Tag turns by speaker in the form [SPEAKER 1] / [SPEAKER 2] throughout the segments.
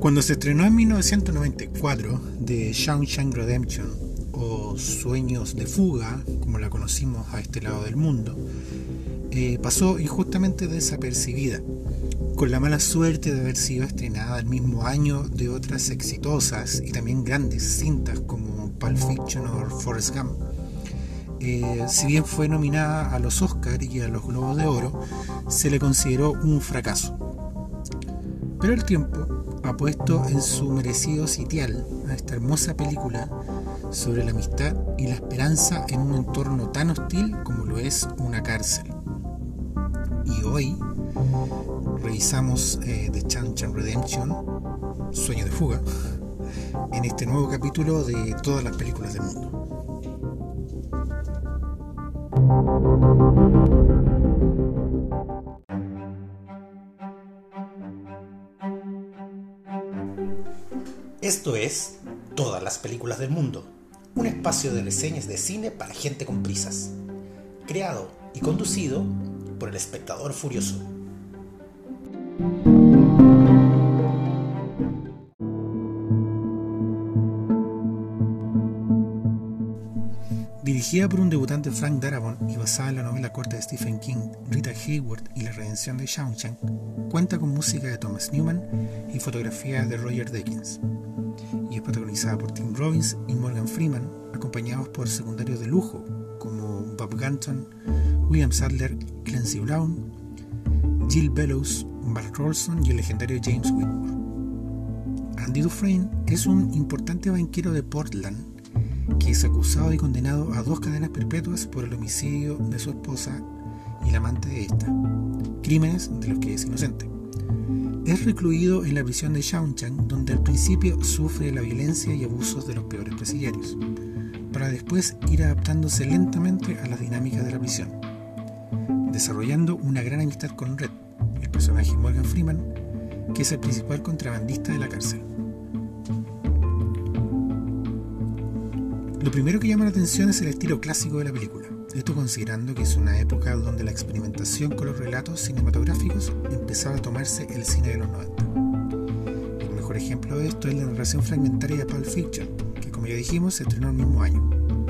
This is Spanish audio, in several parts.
[SPEAKER 1] Cuando se estrenó en 1994 The Shawshank Redemption, o Sueños de Fuga, como la conocimos a este lado del mundo, pasó injustamente desapercibida, con la mala suerte de haber sido estrenada el mismo año de otras exitosas y también grandes cintas como Pulp Fiction o Forrest Gump. Si bien fue nominada a los Oscar y a los Globos de Oro, se le consideró un fracaso. Pero el tiempo ha puesto en su merecido sitial a esta hermosa película sobre la amistad y la esperanza en un entorno tan hostil como lo es una cárcel. Y hoy revisamos The Shawshank Redemption, Sueño de Fuga, en este nuevo capítulo de todas las películas del mundo.
[SPEAKER 2] Esto es Todas las películas del mundo, un espacio de reseñas de cine para gente con prisas, creado y conducido por el espectador furioso.
[SPEAKER 1] Dirigida por un debutante Frank Darabont y basada en la novela corta de Stephen King, Rita Hayworth y la redención de Shawshank, cuenta con música de Thomas Newman y fotografía de Roger Deakins, y es protagonizada por Tim Robbins y Morgan Freeman, acompañados por secundarios de lujo como Bob Gunton, William Sadler, Clancy Brown, Jill Bellows, Mark Rolson y el legendario James Whitmore. Andy Dufresne es un importante banquero de Portland que es acusado y condenado a 2 cadenas perpetuas por el homicidio de su esposa y la amante de esta, crímenes de los que es inocente. Es recluido en la prisión de Shawshank, donde al principio sufre la violencia y abusos de los peores presidiarios, para después ir adaptándose lentamente a las dinámicas de la prisión, desarrollando una gran amistad con Red, el personaje Morgan Freeman, que es el principal contrabandista de la cárcel. Lo primero que llama la atención es el estilo clásico de la película, esto considerando que es una época donde la experimentación con los relatos cinematográficos empezaba a tomarse el cine de los 90. El mejor ejemplo de esto es la narración fragmentaria de Pulp Fiction, que como ya dijimos se estrenó el mismo año.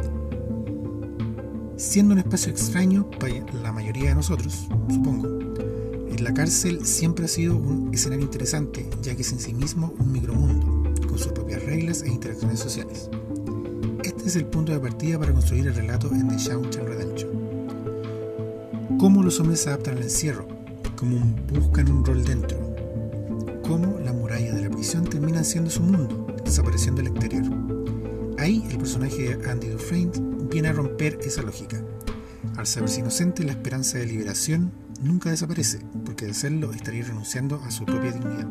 [SPEAKER 1] Siendo un espacio extraño para la mayoría de nosotros, supongo, en la cárcel siempre ha sido un escenario interesante, ya que es en sí mismo un micromundo, con sus propias reglas e interacciones sociales. Este es el punto de partida para construir el relato en The Shawshank Redemption. Cómo los hombres se adaptan al encierro, cómo buscan un rol dentro, cómo la muralla de la prisión termina siendo su mundo, desapareciendo al exterior. Ahí el personaje de Andy Dufresne viene a romper esa lógica. Al saberse inocente, la esperanza de liberación nunca desaparece, porque de hacerlo estaría renunciando a su propia dignidad.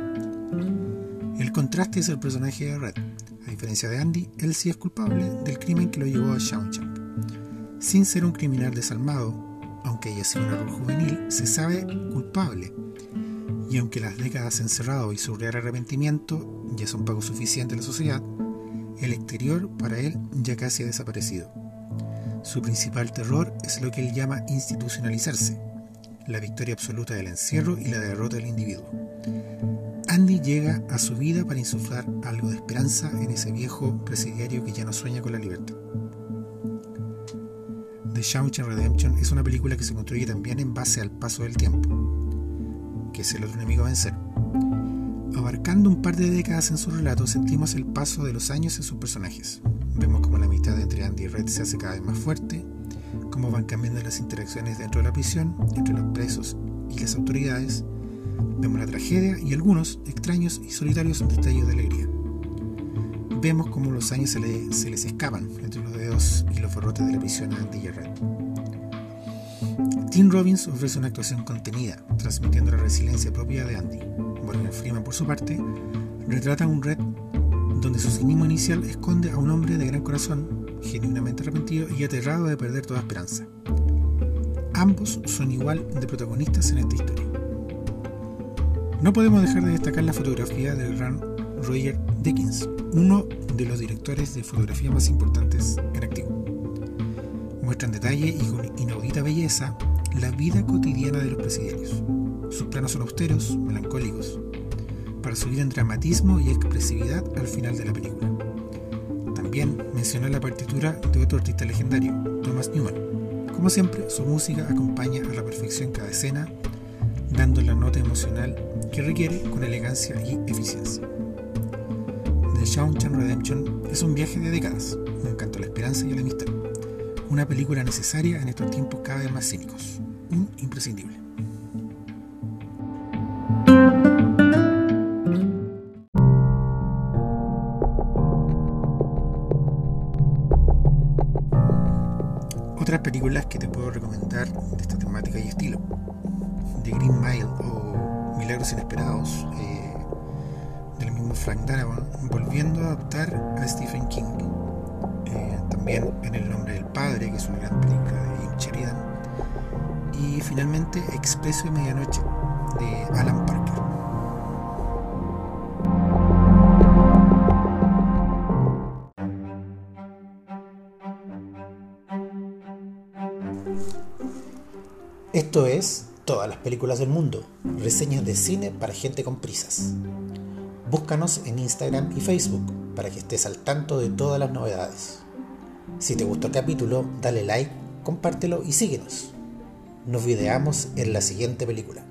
[SPEAKER 1] El contraste es el personaje de Red. A diferencia de Andy, él sí es culpable del crimen que lo llevó a Shawshank. Sin ser un criminal desalmado, aunque haya sido un error juvenil, se sabe culpable. Y aunque las décadas encerrado y su real arrepentimiento ya son pago suficiente a la sociedad, el exterior para él ya casi ha desaparecido. Su principal terror es lo que él llama institucionalizarse, la victoria absoluta del encierro y la derrota del individuo. Andy llega a su vida para insuflar algo de esperanza en ese viejo presidiario que ya no sueña con la libertad. The Shawshank Redemption es una película que se construye también en base al paso del tiempo, que es el otro enemigo a vencer. Abarcando un par de décadas en su relato, sentimos el paso de los años en sus personajes. Vemos cómo la amistad entre Andy y Red se hace cada vez más fuerte, cómo van cambiando las interacciones dentro de la prisión, entre los presos y las autoridades. Vemos la tragedia y algunos extraños y solitarios detalles de alegría. Vemos cómo los años se les escapan entre los dedos y los barrotes de la prisión a Andy y Red. Tim Robbins ofrece una actuación contenida, transmitiendo la resiliencia propia de Andy. Morgan Freeman, por su parte, retrata a un Red donde su cinismo inicial esconde a un hombre de gran corazón, genuinamente arrepentido y aterrado de perder toda esperanza. Ambos son igual de protagonistas en esta historia. No podemos dejar de destacar la fotografía del gran Roger Deakins, uno de los directores de fotografía más importantes en activo. Muestra en detalle y con inaudita belleza la vida cotidiana de los presidiarios. Sus planos son austeros, melancólicos. para subir en dramatismo y expresividad al final de la película. También mencionó la partitura de otro artista legendario, Thomas Newman. Como siempre, su música acompaña a la perfección cada escena, dando la nota emocional que requiere con elegancia y eficiencia. The Shawshank Redemption es un viaje de décadas, un encanto a la esperanza y a la amistad. Una película necesaria en estos tiempos cada vez más cínicos. Un imprescindible. Otras películas que te puedo recomendar de esta temática y estilo: The Green Mile o Milagros Inesperados, del mismo Frank Darabont, volviendo a adaptar a Stephen King. También En el nombre del padre, que es una gran película de Jim Sheridan. Y finalmente Expreso de Medianoche, de Alan Parker.
[SPEAKER 2] Esto es Todas las películas del mundo, reseñas de cine para gente con prisas. Búscanos en Instagram y Facebook para que estés al tanto de todas las novedades. Si te gustó el capítulo, dale like, compártelo y síguenos. Nos videamos en la siguiente película.